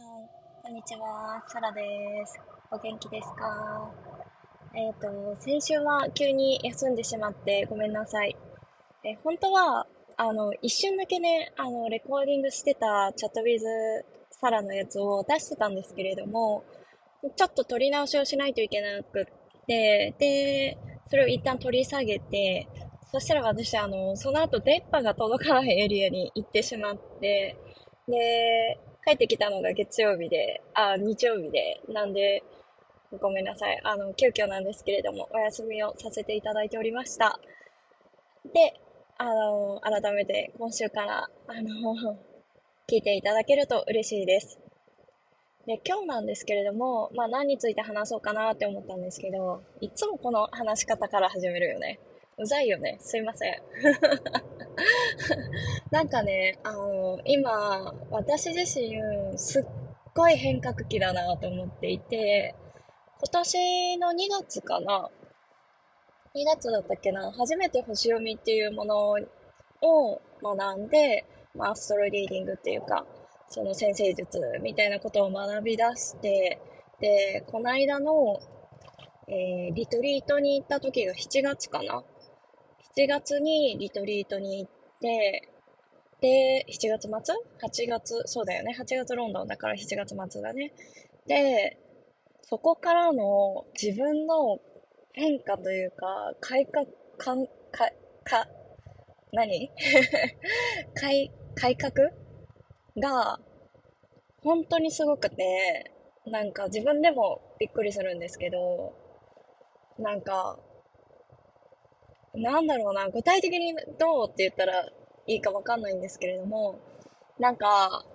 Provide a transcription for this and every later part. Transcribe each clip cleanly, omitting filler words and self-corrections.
こんにちは、サラです。お元気ですか？先週は急に休んでしまってごめんなさい。本当は、一瞬だけね、レコーディングしてたチャットウィズサラのやつを出してたんですけれども、ちょっと撮り直しをしないといけなくって、で、それを一旦取り下げて、そしたら私、その後電波が届かないエリアに行ってしまって、で、帰ってきたのが日曜日で、なんで、ごめんなさい。急遽なんですけれども、お休みをさせていただいておりました。で、改めて今週から、聞いていただけると嬉しいです。で、今日なんですけれども、まあ何について話そうかなって思ったんですけど、いつもこの話し方から始めるよね。うざいよね。すいません。なんかね、今、私自身、すっごい変革期だなと思っていて、今年の2月かな？ 2 月だったっけな、初めて星読みっていうものを学んで、まあ、アストロリーディングっていうか、その先生術みたいなことを学び出して、で、この間の、リトリートに行った時が7月かな？ 7 月にリトリートに行って、で、7月末？ 8 月、そうだよね。8月ロンドンだから7月末だね。で、そこからの自分の変化というか、改革、かん、か、か、何改革が本当にすごくて、なんか自分でもびっくりするんですけど、なんか、なんだろうな、具体的にどうって言ったらいいかわかんないんですけれども、なんか、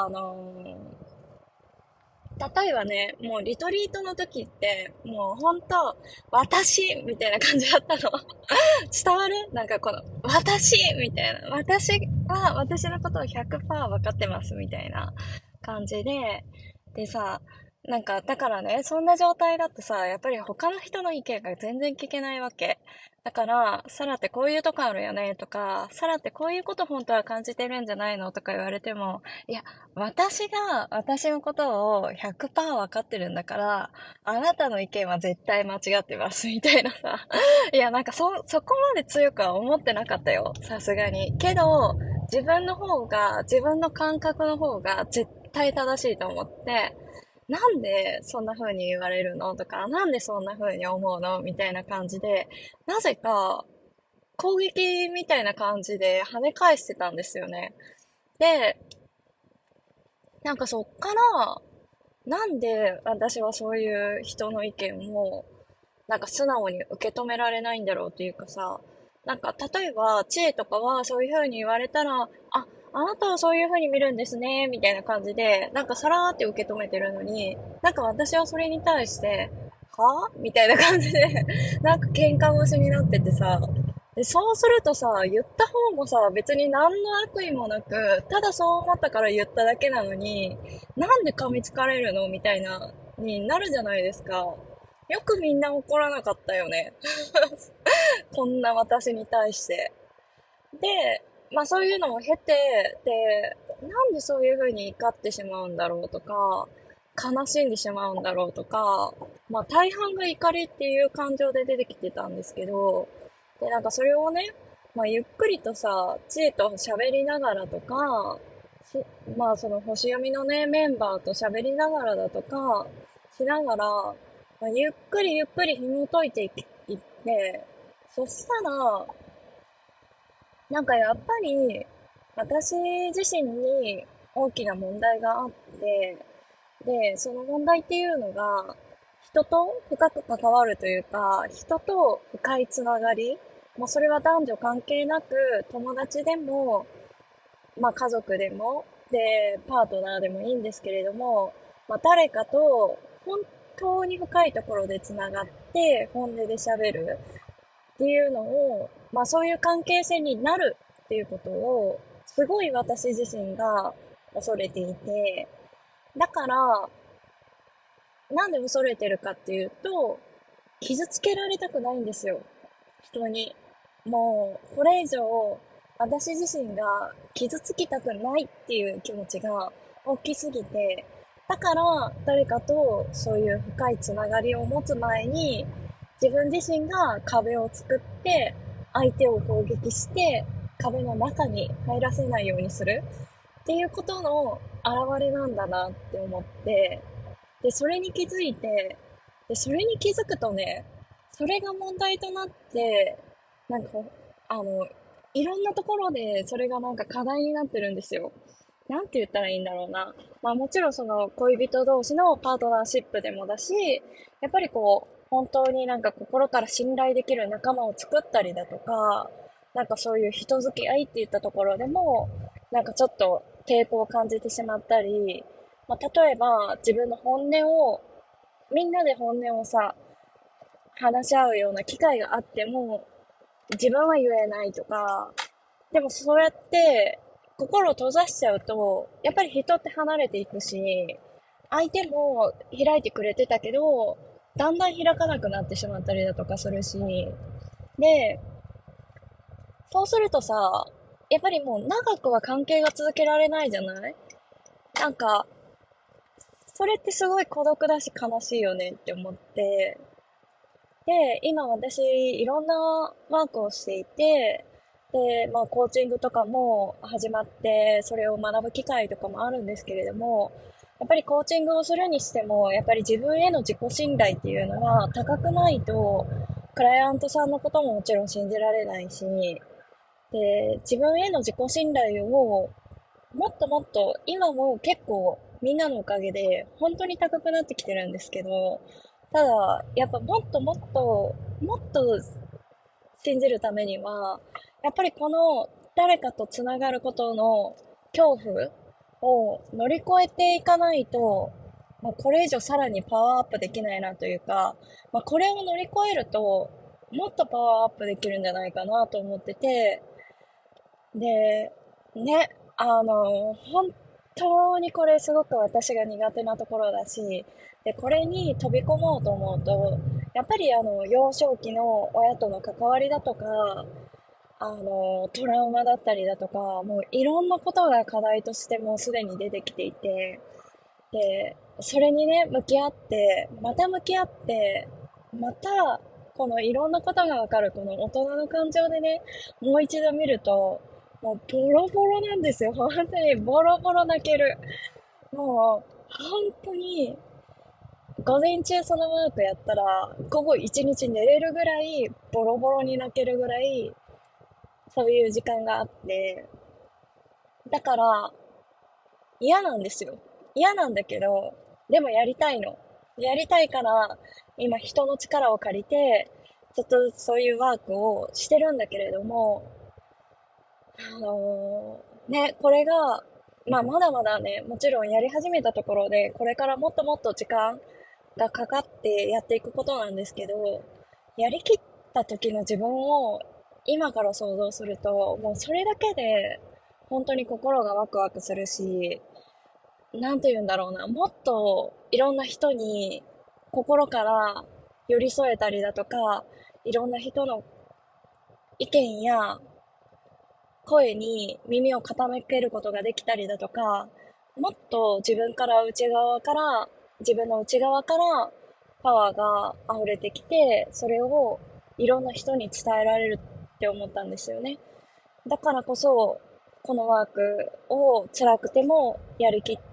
例えばね、もうリトリートの時って、もうほんと、私みたいな感じだったの。伝わる？なんかこの、私みたいな。私は私のことを100%分かってますみたいな感じで。でさ、なんか、だからね、そんな状態だとさ、やっぱり他の人の意見が全然聞けないわけ。だから、サラってこういうとこあるよねとか、サラってこういうこと本当は感じてるんじゃないのとか言われても、いや、私が私のことを100%分かってるんだから、あなたの意見は絶対間違ってますみたいなさ。いや、なんかそこまで強くは思ってなかったよ。さすがに。けど、自分の感覚の方が絶対正しいと思って、なんでそんな風に言われるのとか、なんでそんな風に思うのみたいな感じで、なぜか攻撃みたいな感じで跳ね返してたんですよね。で、なんかそっから、なんで私はそういう人の意見をなんか素直に受け止められないんだろうっていうかさ、なんか例えば、知恵とかはそういう風に言われたら、あなたはそういう風に見るんですね、みたいな感じで、なんかさらーって受け止めてるのに、なんか私はそれに対して、はみたいな感じで、なんか喧嘩腰になっててさ、で、そうするとさ、言った方もさ、別に何の悪意もなく、ただそう思ったから言っただけなのに、なんで噛みつかれるのみたいな、になるじゃないですか。よくみんな怒らなかったよね。こんな私に対して。で、まあそういうのを経て、で、なんでそういう風に怒ってしまうんだろうとか、悲しんでしまうんだろうとか、まあ大半が怒りっていう感情で出てきてたんですけど、で、なんかそれをね、まあゆっくりとさ、知恵と喋りながらとか、まあその星読みのね、メンバーと喋りながらだとか、しながら、まあ、ゆっくりゆっくり紐解いていって、そしたら、なんかやっぱり、私自身に大きな問題があって、で、その問題っていうのが、人と深く関わるというか、人と深いつながり、もうそれは男女関係なく、友達でも、まあ家族でも、で、パートナーでもいいんですけれども、まあ誰かと本当に深いところでつながって、本音で喋るっていうのを、まあそういう関係性になるっていうことを、すごい私自身が恐れていて、だから、なんで恐れてるかっていうと、傷つけられたくないんですよ。人に。もう、これ以上、私自身が傷つきたくないっていう気持ちが大きすぎて、 だから、誰かとそういう深いつながりを持つ前に、自分自身が壁を作って、相手を攻撃して、壁の中に入らせないようにするっていうことの表れなんだなって思って、で、それに気づいて、で、それに気づくとね、それが問題となって、なんか、あの、いろんなところでそれがなんか課題になってるんですよ。なんて言ったらいいんだろうな。まあもちろんその恋人同士のパートナーシップでもだし、やっぱりこう、本当になんか心から信頼できる仲間を作ったりだとか、なんかそういう人付き合いって言ったところでも、なんかちょっと抵抗を感じてしまったり、まあ例えば自分の本音を、みんなで本音をさ、話し合うような機会があっても、自分は言えないとか、でもそうやって心を閉ざしちゃうと、やっぱり人って離れていくし、相手も開いてくれてたけど、だんだん開かなくなってしまったりだとかするし、で、そうするとさ、やっぱりもう長くは関係が続けられないじゃない？なんか、それってすごい孤独だし悲しいよねって思って、で、今私、いろんなワークをしていて、で、まあ、コーチングとかも始まって、それを学ぶ機会とかもあるんですけれども、やっぱりコーチングをするにしても、やっぱり自分への自己信頼っていうのは高くないと、クライアントさんのことももちろん信じられないし、で、自分への自己信頼をもっともっと、今も結構みんなのおかげで本当に高くなってきてるんですけど、ただ、やっぱもっともっと、もっと信じるためには、やっぱりこの誰かとつながることの恐怖を乗り越えていかないと、まあ、これ以上さらにパワーアップできないなというか、まあ、これを乗り越えると、もっとパワーアップできるんじゃないかなと思ってて、で、ね、本当にこれすごく私が苦手なところだし、で、これに飛び込もうと思うと、やっぱり幼少期の親との関わりだとか、トラウマだったりだとか、もういろんなことが課題としてもうすでに出てきていて、で、それにね、向き合って、また向き合って、また、このいろんなことがわかるこの大人の感情でね、もう一度見ると、もうボロボロなんですよ。本当にボロボロ泣ける。もう、本当に、午前中そのワークやったら、午後一日寝れるぐらい、ボロボロに泣けるぐらい、そういう時間があって、だから、嫌なんですよ。嫌なんだけど、でもやりたいの。やりたいから、今人の力を借りて、ちょっとずつそういうワークをしてるんだけれども、ね、これが、まあまだまだね、もちろんやり始めたところで、これからもっともっと時間がかかってやっていくことなんですけど、やりきった時の自分を今から想像すると、もうそれだけで本当に心がワクワクするし、なんて言うんだろうな、もっといろんな人に心から寄り添えたりだとか、いろんな人の意見や声に耳を傾けることができたりだとか、もっと自分の内側からパワーが溢れてきて、それをいろんな人に伝えられるって思ったんですよね。だからこそ、このワークを辛くてもやりきって、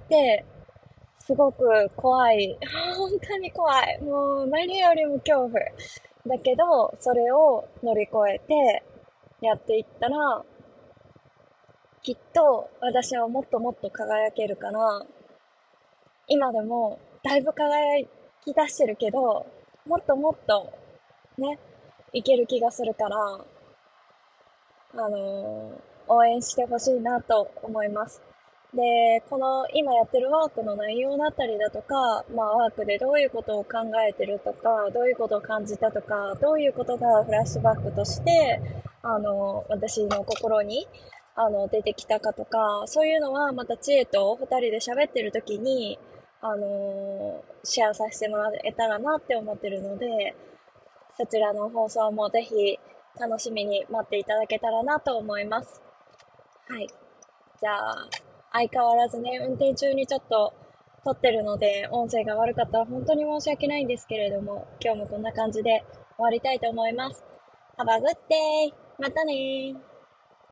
すごく怖い。本当に怖い。もう何よりも恐怖。だけど、それを乗り越えてやっていったら、きっと私はもっともっと輝けるから、今でもだいぶ輝き出してるけど、もっともっとね、いける気がするから、応援してほしいなと思います。で、この今やってるワークの内容だったりだとか、まあワークでどういうことを考えてるとか、どういうことを感じたとか、どういうことがフラッシュバックとして、私の心に、出てきたかとか、そういうのはまた知恵と二人で喋ってる時に、シェアさせてもらえたらなって思ってるので、そちらの放送もぜひ楽しみに待っていただけたらなと思います。はい。じゃあ、相変わらずね、運転中にちょっと撮ってるので、音声が悪かったら本当に申し訳ないんですけれども、今日もこんな感じで終わりたいと思います。Have a good day! またねー。